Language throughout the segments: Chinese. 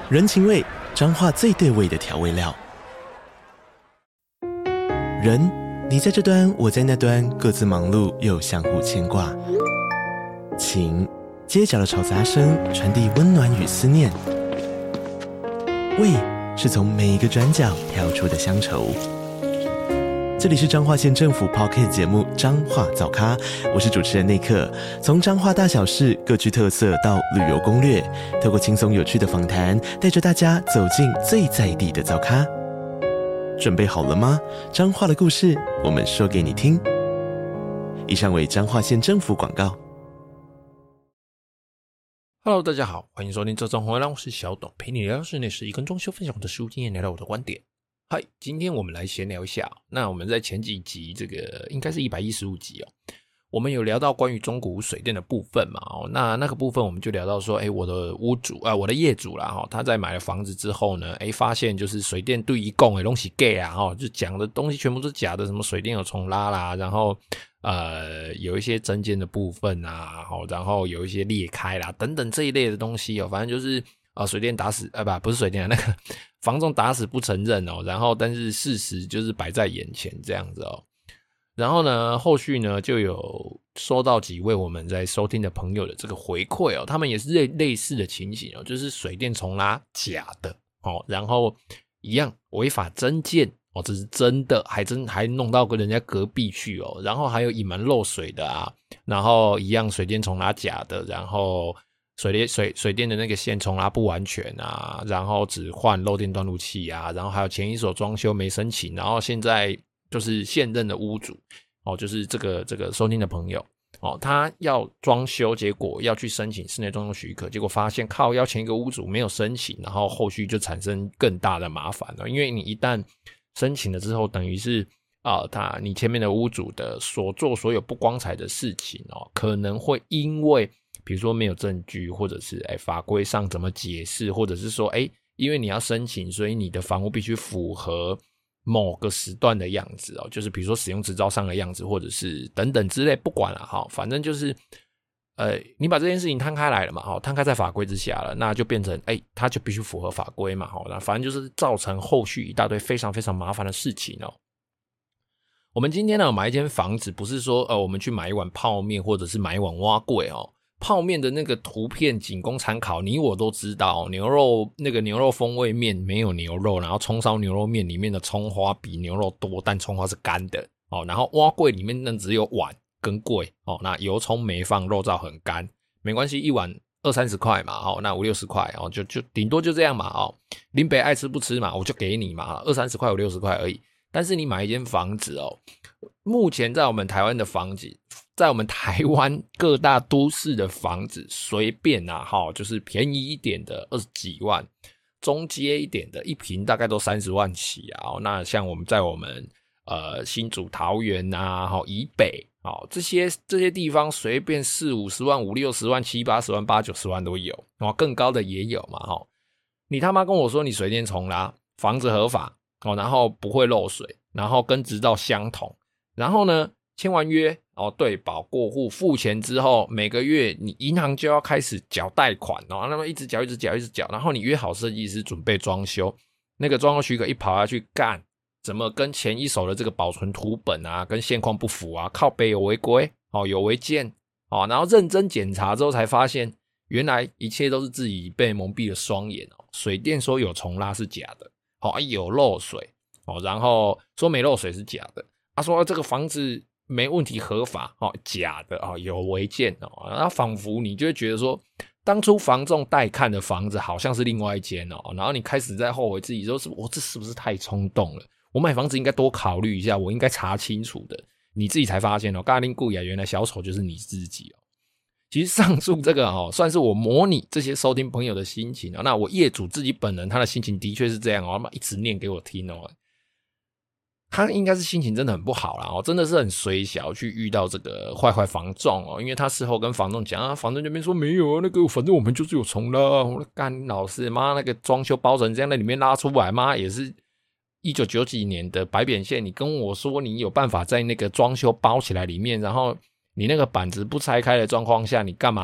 人情味，彰化最对味的调味料。人，你在这端，我在那端，各自忙碌又相互牵挂。情，街角的吵杂声传递温暖与思念。味，是从每一个转角跳出的乡愁。这里是彰化县政府 Podcast 节目《彰化早咖》，我是主持人内克。从彰化大小事各具特色到旅游攻略，透过轻松有趣的访谈，带着大家走进最在地的早咖。准备好了吗？彰化的故事，我们说给你听。以上为彰化县政府广告。 Hello， 大家好，欢迎收听这种回来，我是小董，陪你聊室内设计跟装修，分享我的实务经验，聊聊我的观点。嗨，今天我们来闲聊一下。那我们在前几集，这个应该是115集哦，我们有聊到关于中古水电的部分嘛。那个部分我们就聊到说，我的屋主我的业主啦，他在买了房子之后呢，发现就是水电对一供的东西 gay 啊，就讲的东西全部都是假的，什么水电有重拉啦，然后有一些针尖的部分啊，然后有一些裂开啦等等这一类的东西反正就是水电打死不是水电那个房仲打死不承认然后但是事实就是摆在眼前这样子然后呢后续呢就有收到几位我们在收听的朋友的这个回馈他们也是类似的情形就是水电重拉假的然后一样违法增建这是真的，还弄到跟人家隔壁去然后还有隐瞒漏水的然后一样水电重拉假的，然后水电的那个线重拉不完全然后只换漏电断路器然后还有前一手装修没申请，然后现在就是现任的屋主就是这个收听的朋友他要装修，结果要去申请室内装修许可，结果发现靠要前一个屋主没有申请，然后后续就产生更大的麻烦了，因为你一旦申请了之后，等于是你前面的屋主的所做所有不光彩的事情可能会因为比如说没有证据，或者是法规上怎么解释，或者是说因为你要申请，所以你的房屋必须符合某个时段的样子就是比如说使用执照上的样子，或者是等等之类，不管啦反正就是你把这件事情摊开来了嘛摊开在法规之下了，那就变成它就必须符合法规嘛那反正就是造成后续一大堆非常非常麻烦的事情我们今天呢买一间房子，不是说我们去买一碗泡面，或者是买一碗碗粿泡面的那个图片仅供参考，你我都知道牛肉风味面没有牛肉，然后葱烧牛肉面里面的葱花比牛肉多，但葱花是干的然后碗粿里面那只有碗跟粿那油葱没放，肉燥很干，没关系，一碗20-30块嘛那50-60块就顶多就这样嘛林北爱吃不吃嘛，我就给你嘛20-30块50-60块而已。但是你买一间房子目前在我们台湾的房子，在我们台湾各大都市的房子随便就是便宜一点的20几万，中阶一点的一坪大概都30万起那像我们在我们新竹桃园以北这些地方随便40-50万50-60万70-80万80-90万都有更高的也有嘛你他妈跟我说你水电重拉，房子合法然后不会漏水，然后跟执照相同，然后呢签完约对保过户，付钱之后每个月你银行就要开始缴贷款那么一直缴，然后你约好设计师准备装修，那个装修许可一跑下去干，怎么跟前一手的这个保存图本跟现况不符靠北有违规有违建然后认真检查之后才发现，原来一切都是自己被蒙蔽了双眼水电说有重拉是假的有漏水然后说没漏水是假的说这个房子没问题合法假的有违建然后仿佛你就会觉得说，当初房仲带看的房子好像是另外一间然后你开始在后悔自己说我这是不是太冲动了，我买房子应该多考虑一下，我应该查清楚的，你自己才发现嘎林固亚原来小丑就是你自己其实上述这个算是我模拟这些收听朋友的心情那我业主自己本人他的心情的确是这样一直念给我听他应该是心情真的很不好啦真的是很衰小去遇到这个坏房仲因为他事后跟房仲讲房仲这边说没有那个反正我们就是有重拉我干老师妈那个装修包成这样在里面拉出来妈也是1990几年的白扁线，你跟我说你有办法在那个装修包起来里面，然后你那个板子不拆开的状况下，你干嘛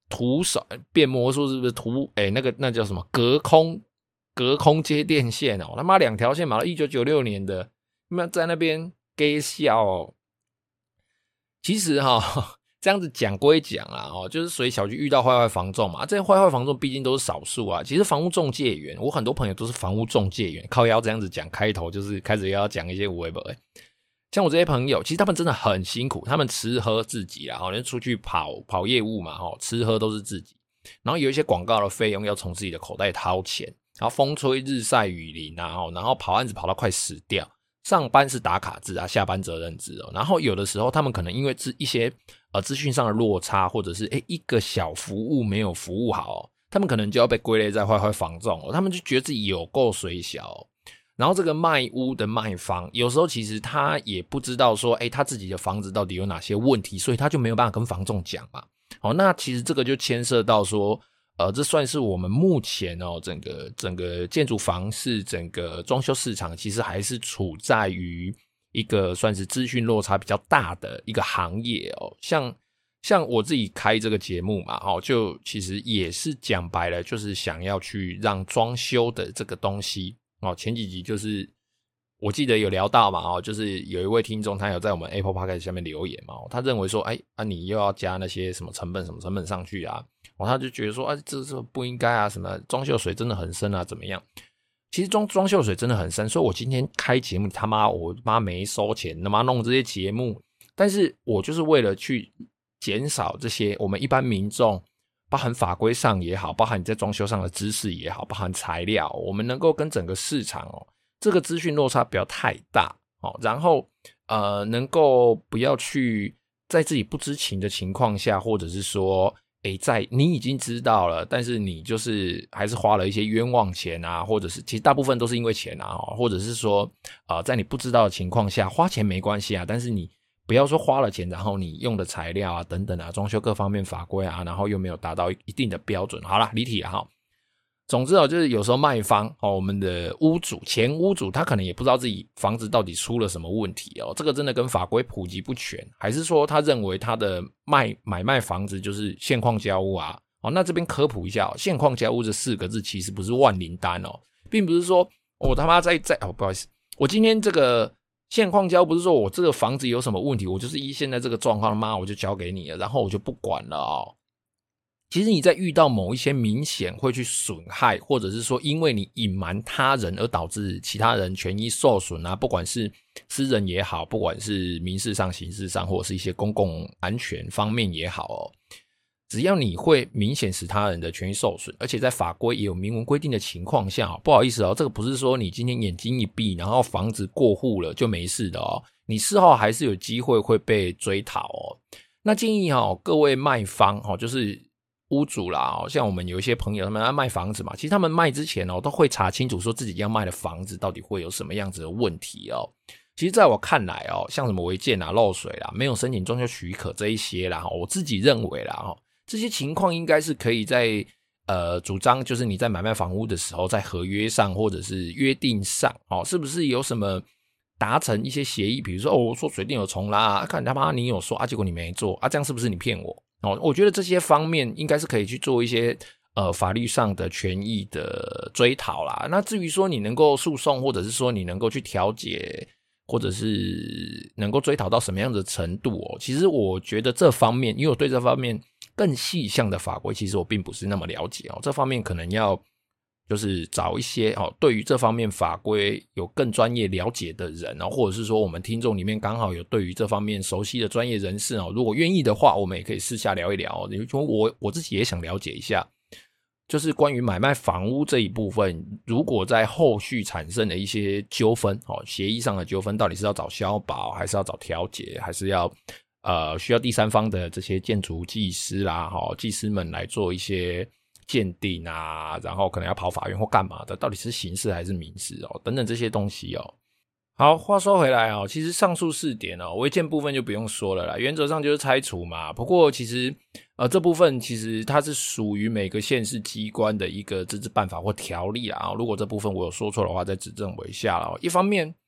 徒手变魔术是不是那叫什么隔空接电线哦，他妈2条线码到1996年的，那在那边给笑哦。其实这样子讲归讲啦就是随小区遇到坏房仲嘛，这些坏房仲毕竟都是少数啊。其实房屋仲介员，我很多朋友都是房屋仲介员，靠腰这样子讲开头就是开始要讲一些有的没的。像我这些朋友，其实他们真的很辛苦，他们吃喝自己啦，就出去跑业务嘛，吃喝都是自己。然后有一些广告的费用要从自己的口袋掏钱，然后风吹日晒雨淋啊，然后跑案子跑到快死掉。上班是打卡制啊，下班责任制哦。然后有的时候他们可能因为一些资讯上的落差，或者是一个小服务没有服务好他们可能就要被归类在坏房仲他们就觉得自己有够水小然后这个卖屋的卖方，有时候其实他也不知道说，他自己的房子到底有哪些问题，所以他就没有办法跟房仲讲嘛。那其实这个就牵涉到说，这算是我们目前整个建筑房市、整个装修市场，其实还是处在于一个算是资讯落差比较大的一个行业像我自己开这个节目嘛，就其实也是讲白了，就是想要去让装修的这个东西前几集就是我记得有聊到嘛就是有一位听众他有在我们 Apple Podcast 下面留言嘛他认为说你又要加那些什么成本上去啊他就觉得说这不应该啊，什么装修水真的很深啊怎么样。其实装修水真的很深，所以我今天开节目我妈没收钱，他妈弄这些节目，但是我就是为了去减少这些我们一般民众包含法规上也好，包含你在装修上的知识也好，包含材料，我们能够跟整个市场这个资讯落差不要太大然后能够不要去在自己不知情的情况下，或者是说在你已经知道了，但是你就是还是花了一些冤枉钱啊，或者是其实大部分都是因为钱啊，或者是说在你不知道的情况下花钱没关系啊，但是你不要说花了钱，然后你用的材料啊等等啊，装修各方面法规啊，然后又没有达到一定的标准。好啦，离题了总之就是有时候卖方我们的前屋主他可能也不知道自己房子到底出了什么问题这个真的跟法规普及不全，还是说他认为他的买卖房子就是现况交屋啊那这边科普一下现况交屋这4个字其实不是万灵丹并不是说我他妈不好意思，我今天这个现况交不是说我这个房子有什么问题，我就是依现在这个状况我就交给你了，然后我就不管了其实你在遇到某一些明显会去损害，或者是说因为你隐瞒他人而导致其他人权益受损啊，不管是私人也好，不管是民事上刑事上，或者是一些公共安全方面也好只要你会明显使他人的权益受损，而且在法规也有明文规定的情况下不好意思这个不是说你今天眼睛一闭然后房子过户了就没事的你事后还是有机会会被追讨那建议各位卖方就是屋主啦像我们有一些朋友他们要卖房子嘛，其实他们卖之前都会查清楚说自己要卖的房子到底会有什么样子的问题其实在我看来像什么违建漏水啦，没有申请装修许可这一些啦我自己认为啦这些情况应该是可以在主张就是你在买卖房屋的时候在合约上或者是约定上是不是有什么达成一些协议，比如说我说水电有重拉看他妈你有说结果你没做这样是不是你骗我我觉得这些方面应该是可以去做一些法律上的权益的追讨啦。那至于说你能够诉讼，或者是说你能够去调解，或者是能够追讨到什么样的程度其实我觉得这方面，因为我对这方面更细项的法规其实我并不是那么了解这方面可能要就是找一些对于这方面法规有更专业了解的人或者是说我们听众里面刚好有对于这方面熟悉的专业人士如果愿意的话，我们也可以私下聊一聊因为我自己也想了解一下，就是关于买卖房屋这一部分，如果在后续产生的一些纠纷协议上的纠纷，到底是要找消保还是要找调解，还是要需要第三方的这些建筑技师啦技师们来做一些鉴定啊，然后可能要跑法院或干嘛的，到底是刑事还是民事等等这些东西好，话说回来其实上述4点违建部分就不用说了啦，原则上就是拆除嘛。不过其实这部分其实它是属于每个县市机关的一个自治办法或条例啦如果这部分我有说错的话再指正我一下啦一方面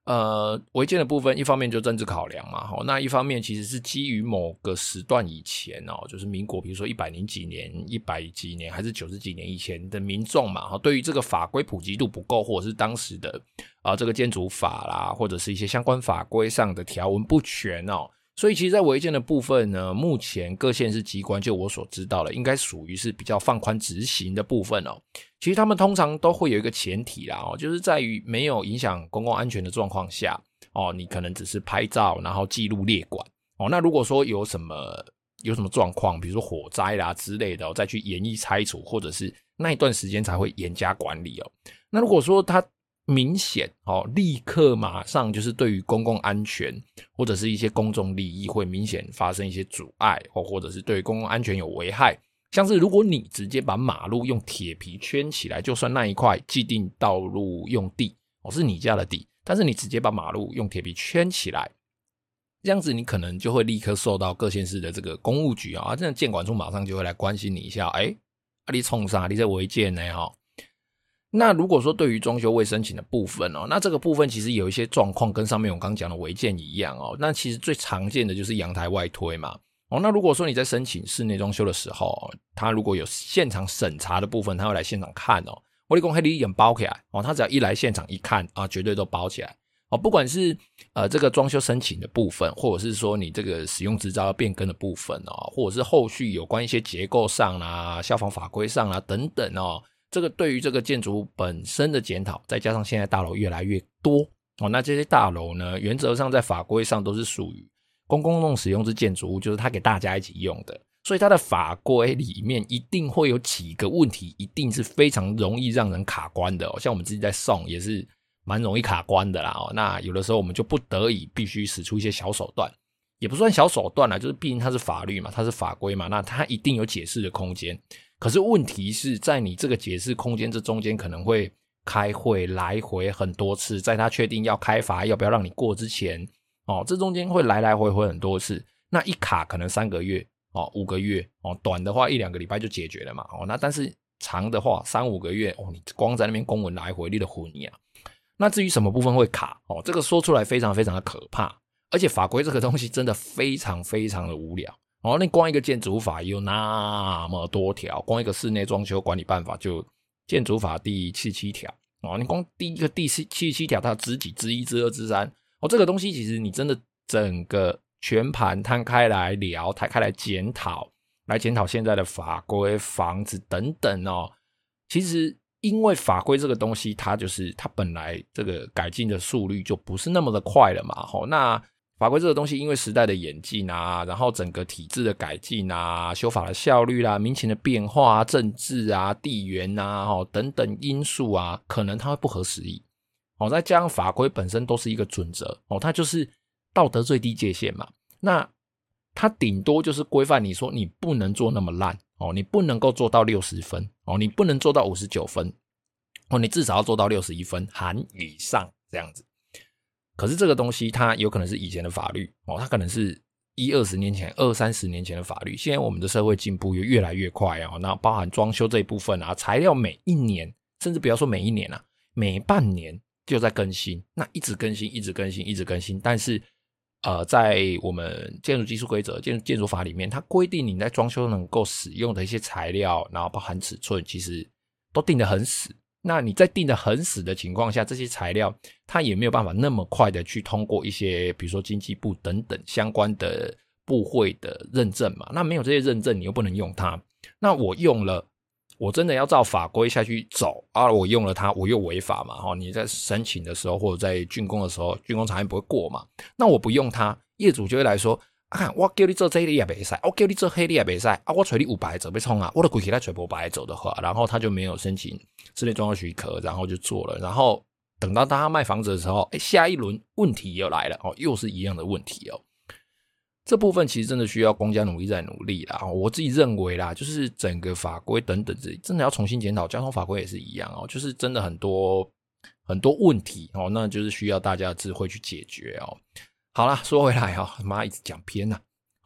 违建的部分一方面就政治考量嘛，那一方面其实是基于某个时段以前就是民国比如说100几年100几年还是90几年以前的民众嘛，对于这个法规普及度不够，或者是当时的这个建筑法啦，或者是一些相关法规上的条文不全所以其实在违建的部分呢，目前各县市机关就我所知道的应该属于是比较放宽执行的部分其实他们通常都会有一个前提啦就是在于没有影响公共安全的状况下你可能只是拍照然后记录列管那如果说有什么状况，比如说火灾啦之类的再去严厉拆除，或者是那一段时间才会严加管理那如果说它明显立刻马上就是对于公共安全或者是一些公众利益会明显发生一些阻碍或者是对于公共安全有危害，像是如果你直接把马路用铁皮圈起来，就算那一块既定道路用地是你家的地，但是你直接把马路用铁皮圈起来，这样子你可能就会立刻受到各县市的这个公务局这样建管处马上就会来关心你一下你冲啥，你在违建呢那如果说对于装修未申请的部分那这个部分其实有一些状况跟上面我刚讲的违建一样那其实最常见的就是阳台外推嘛那如果说你在申请室内装修的时候他如果有现场审查的部分，他会来现场看我跟你说那里很包起来他只要一来现场一看绝对都包起来不管是这个装修申请的部分，或者是说你这个使用执照要变更的部分或者是后续有关一些结构上啦、消防法规上啦等等这个对于这个建筑物本身的检讨，再加上现在大楼越来越多那这些大楼呢，原则上在法规上都是属于公共使用之建筑物，就是它给大家一起用的，所以它的法规里面一定会有几个问题，一定是非常容易让人卡关的像我们自己在送也是蛮容易卡关的啦那有的时候我们就不得已必须使出一些小手段，也不算小手段啦，就是毕竟它是法律嘛，它是法规嘛，那它一定有解释的空间。可是问题是在你这个解释空间这中间可能会开会来回很多次，在他确定要开罚要不要让你过之前这中间会来来回回很多次，那一卡可能3个月5个月短的话1-2个礼拜就解决了嘛那但是长的话3-5个月你光在那边公文来回你的混你那至于什么部分会卡这个说出来非常非常的可怕，而且法规这个东西真的非常非常的无聊那光一个建筑法有那么多条，光一个室内装修管理办法就建筑法第77条你光第一个第77条它知几知1知2知3这个东西其实你真的整个全盘摊开来聊，摊开来检讨现在的法规房子等等其实因为法规这个东西它本来这个改进的速率就不是那么的快了嘛那法规这个东西因为时代的演进然后整个体制的改进修法的效率啦、民情的变化政治地缘等等因素可能它会不合时宜再加上法规本身都是一个准则它就是道德最低界限嘛，那它顶多就是规范你说你不能做那么烂你不能够做到60分你不能做到59分你至少要做到61分含以上这样子。可是这个东西它有可能是以前的法律它可能是20年前20-30年前的法律，现在我们的社会进步又越来越快那包含装修这一部分材料每一年甚至不要说每一年每半年就在更新，那一直更新一直更新一直更新，但是在我们建筑技术规则建筑法里面，它规定你在装修能够使用的一些材料然后包含尺寸其实都定得很死，那你在定得很死的情况下，这些材料它也没有办法那么快的去通过一些比如说经济部等等相关的部会的认证嘛，那没有这些认证你又不能用它，那我用了我真的要照法规下去走我用了它我又违法嘛你在申请的时候或者在竣工的时候竣工查验不会过嘛，那我不用它业主就会来说我叫你做这个你也不可以我叫你做那个你也不可以我找你有白走要冲我就回去他找不白走的话，然后他就没有申请室内装修许可，然后就做了，然后等到他卖房子的时候下一轮问题又来了又是一样的问题这部分其实真的需要公家努力再努力啦我自己认为啦，就是整个法规等等真的要重新检讨，交通法规也是一样就是真的很多问题那就是需要大家的智慧去解决好啦，说回来妈一直讲偏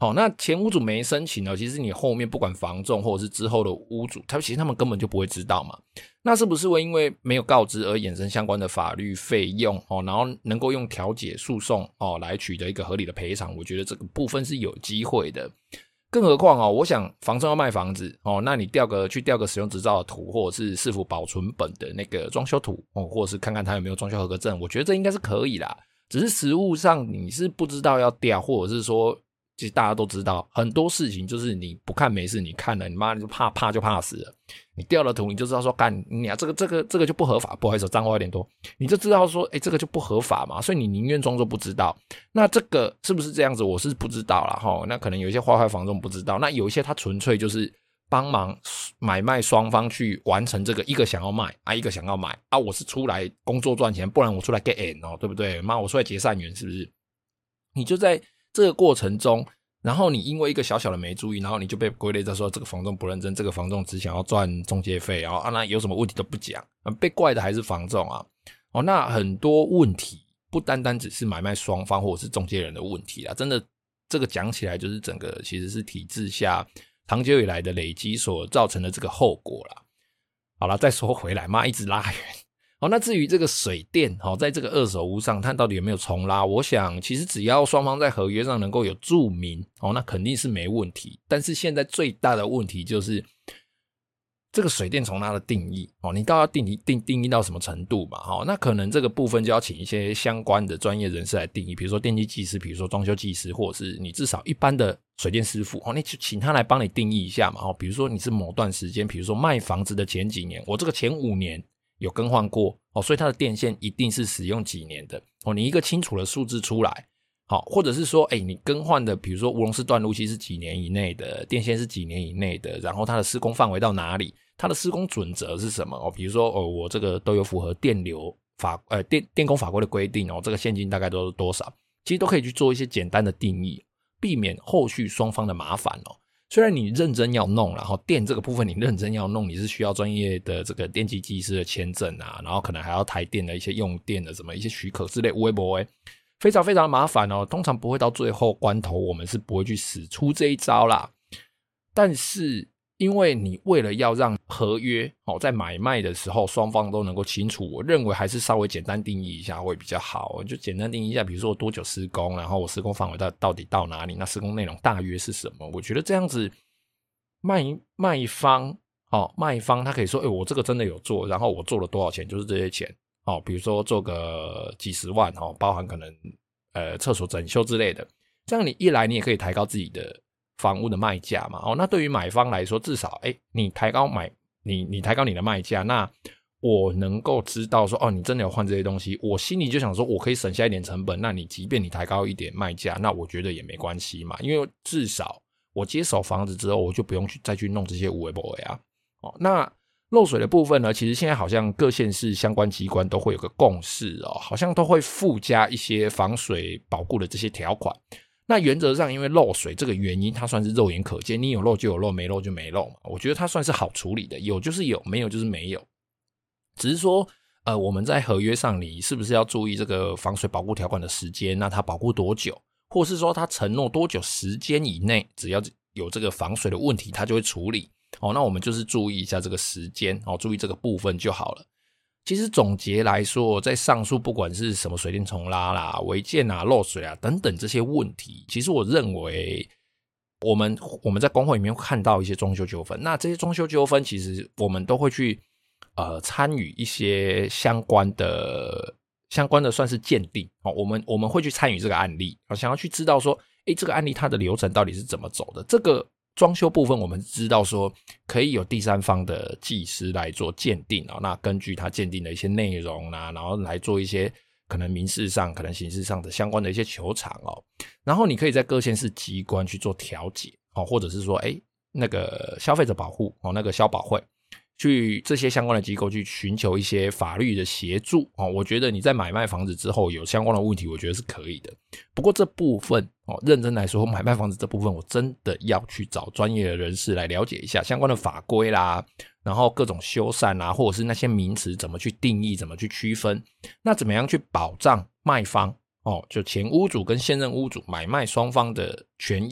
好，那前屋主没申请呢，其实你后面不管房仲或者是之后的屋主，其实他们根本就不会知道嘛。那是不是会因为没有告知而衍生相关的法律费用然后能够用调解诉讼来取得一个合理的赔偿？我觉得这个部分是有机会的。更何况我想房仲要卖房子那你去调个使用执照的图，或者是市府保存本的那个装修图或者是看看他有没有装修合格证，我觉得这应该是可以啦。只是实务上你是不知道要调，或者是说其实大家都知道很多事情就是你不看没事，你看了你妈就怕就怕死了。你调了图你就知道说干你这个就不合法，不好意思脏话有点多，你就知道说这个就不合法嘛，所以你宁愿装作不知道。那这个是不是这样子我是不知道啦那可能有一些坏房仲不知道，那有一些他纯粹就是帮忙买卖双方去完成这个，一个想要卖一个想要买我是出来工作赚钱，不然我出来 get in 对不对？妈我出来结善缘是不是？你就在这个过程中，然后你因为一个小小的没注意，然后你就被归类在说这个房仲不认真，这个房仲只想要赚中介费那有什么问题都不讲，被怪的还是房仲那很多问题不单单只是买卖双方或者是中介人的问题啦，真的这个讲起来就是整个其实是体制下长久以来的累积所造成的这个后果啦。好啦，再说回来一直拉远那至于这个水电在这个二手屋上它到底有没有重拉，我想其实只要双方在合约上能够有注明那肯定是没问题。但是现在最大的问题就是这个水电重拉的定义你到底要定义到什么程度嘛那可能这个部分就要请一些相关的专业人士来定义，比如说电机技师，比如说装修技师，或者是你至少一般的水电师傅你就请他来帮你定义一下嘛比如说你是某段时间，比如说卖房子的前几年，我这个前5年有更换过所以它的电线一定是使用几年的你一个清楚的数字出来或者是说你更换的比如说乌龙式断路器是几年以内的，电线是几年以内的，然后它的施工范围到哪里，它的施工准则是什么比如说我这个都有符合电工法规的规定这个现金大概都是多少，其实都可以去做一些简单的定义，避免后续双方的麻烦虽然你认真要弄，然后电这个部分你认真要弄，你是需要专业的这个电机技师的签证然后可能还要台电的一些用电的什么一些许可之类，微博非常非常麻烦通常不会到最后关头我们是不会去使出这一招啦。但是因为你为了要让合约在买卖的时候双方都能够清楚，我认为还是稍微简单定义一下会比较好。就简单定义一下，比如说我多久施工，然后我施工范围到底到哪里，那施工内容大约是什么，我觉得这样子卖方他可以说我这个真的有做，然后我做了多少钱就是这些钱比如说做个几十万包含可能厕所整修之类的，这样你一来你也可以抬高自己的房屋的卖价嘛那对于买方来说，至少你抬高你抬高你的卖价，那我能够知道说你真的有换这些东西，我心里就想说我可以省下一点成本，那你即便你抬高一点卖价，那我觉得也没关系嘛，因为至少我接手房子之后我就不用再去弄这些有的没的那漏水的部分呢，其实现在好像各县市相关机关都会有个共识好像都会附加一些防水保固的这些条款。那原则上因为漏水这个原因它算是肉眼可见，你有漏就有漏，没漏就没漏嘛，我觉得它算是好处理的，有就是有，没有就是没有。只是说我们在合约上你是不是要注意这个防水保固条款的时间，那它保固多久，或是说它承诺多久时间以内只要有这个防水的问题它就会处理那我们就是注意一下这个时间注意这个部分就好了。其实总结来说，在上述不管是什么水电重拉啦、违建啊、漏水啊等等这些问题，其实我认为我们在公会里面看到一些装修纠纷，那这些装修纠纷其实我们都会去参与一些相关的算是鉴定我们会去参与这个案例想要去知道说这个案例它的流程到底是怎么走的。这个装修部分我们知道说可以有第三方的技师来做鉴定那根据他鉴定的一些内容然后来做一些可能民事上可能刑事上的相关的一些求偿然后你可以在各县市机关去做调解或者是说那个消费者保护那个消保会去这些相关的机构去寻求一些法律的协助我觉得你在买卖房子之后有相关的问题我觉得是可以的。不过这部分认真来说买卖房子这部分我真的要去找专业的人士来了解一下相关的法规啦，然后各种修缮啦，或者是那些名词怎么去定义怎么去区分，那怎么样去保障卖方就前屋主跟现任屋主买卖双方的权益，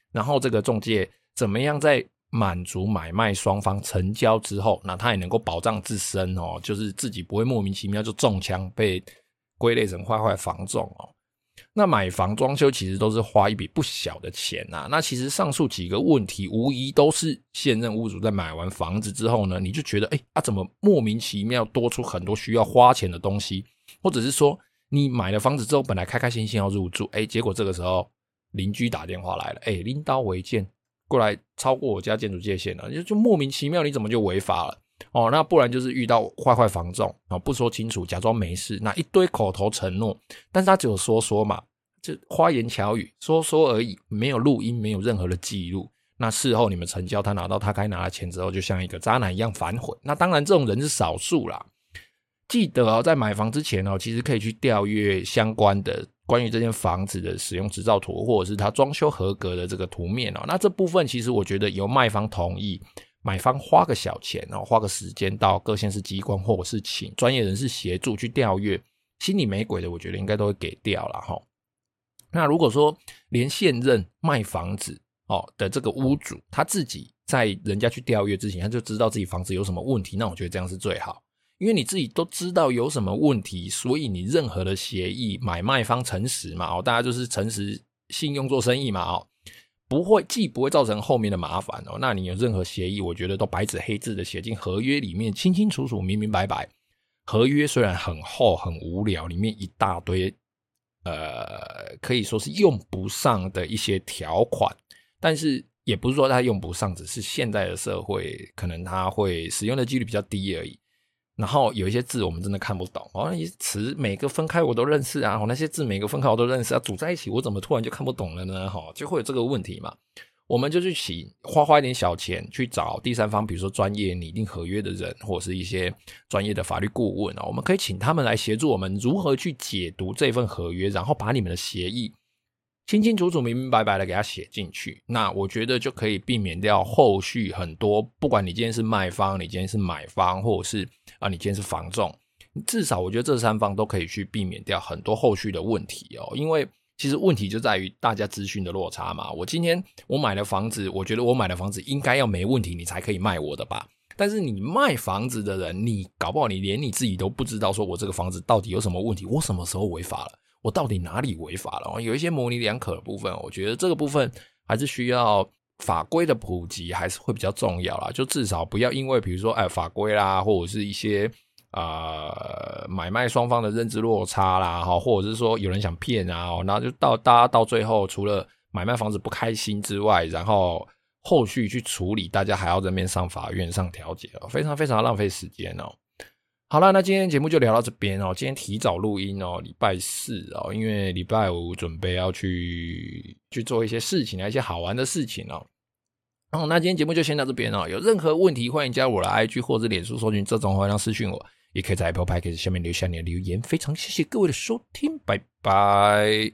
然后这个仲介怎么样在满足买卖双方成交之后，那他也能够保障自身哦，就是自己不会莫名其妙就中枪被归类成坏房仲哦。那买房装修其实都是花一笔不小的钱啊，那其实上述几个问题无疑都是现任屋主在买完房子之后呢，你就觉得怎么莫名其妙多出很多需要花钱的东西，或者是说你买了房子之后本来开开心心要入住，结果这个时候邻居打电话来了，拎刀违建过来超过我家建筑界限了，就莫名其妙你怎么就违法了哦？那不然就是遇到坏房仲不说清楚，假装没事，那一堆口头承诺，但是他只有说嘛，就花言巧语，说而已，没有录音，没有任何的记录。那事后你们成交，他拿到他该拿的钱之后，就像一个渣男一样反悔。那当然这种人是少数啦。记得在买房之前其实可以去调阅相关的关于这间房子的使用执照图，或者是它装修合格的这个图面那这部分其实我觉得由卖方同意，买方花个小钱花个时间到各县市机关，或者是请专业人士协助去调阅，心里没鬼的我觉得应该都会给掉啦齁。那如果说连现任卖房子的这个屋主他自己在人家去调阅之前他就知道自己房子有什么问题，那我觉得这样是最好。因为你自己都知道有什么问题，所以你任何的协议买卖方诚实嘛大家就是诚实信用做生意嘛既不会造成后面的麻烦那你有任何协议我觉得都白纸黑字的写进合约里面，清清楚楚明明白白。合约虽然很厚很无聊，里面一大堆可以说是用不上的一些条款，但是也不是说它用不上，只是现在的社会可能它会使用的几率比较低而已。然后有一些字我们真的看不懂那些词每个分开我都认识那些字每个分开我都认识组在一起我怎么突然就看不懂了呢就会有这个问题嘛。我们就去花一点小钱去找第三方，比如说专业拟定合约的人，或者是一些专业的法律顾问我们可以请他们来协助我们如何去解读这份合约，然后把你们的协议清清楚楚明明白白的给它写进去，那我觉得就可以避免掉后续很多，不管你今天是卖方，你今天是买方，或者是你今天是房仲，至少我觉得这三方都可以去避免掉很多后续的问题因为其实问题就在于大家资讯的落差嘛。今天我买了房子，我觉得我买的房子应该要没问题你才可以卖我的吧，但是你卖房子的人，你搞不好你连你自己都不知道说我这个房子到底有什么问题，我什么时候违法了，我到底哪里违法了有一些模棱两可的部分，我觉得这个部分还是需要法规的普及还是会比较重要啦，就至少不要因为比如说法规啦，或者是一些买卖双方的认知落差啦或者是说有人想骗然后就大家到最后除了买卖房子不开心之外，然后后续去处理大家还要在那边上法院上调解非常非常浪费时间好了，那今天节目就聊到这边今天提早录音礼拜四因为礼拜五准备要去做一些事情一些好玩的事情那今天节目就先到这边有任何问题欢迎加入我的 IG 或者脸书搜寻这种会让私讯我，也可以在 Apple Podcast 下面留下你的留言，非常谢谢各位的收听，拜拜。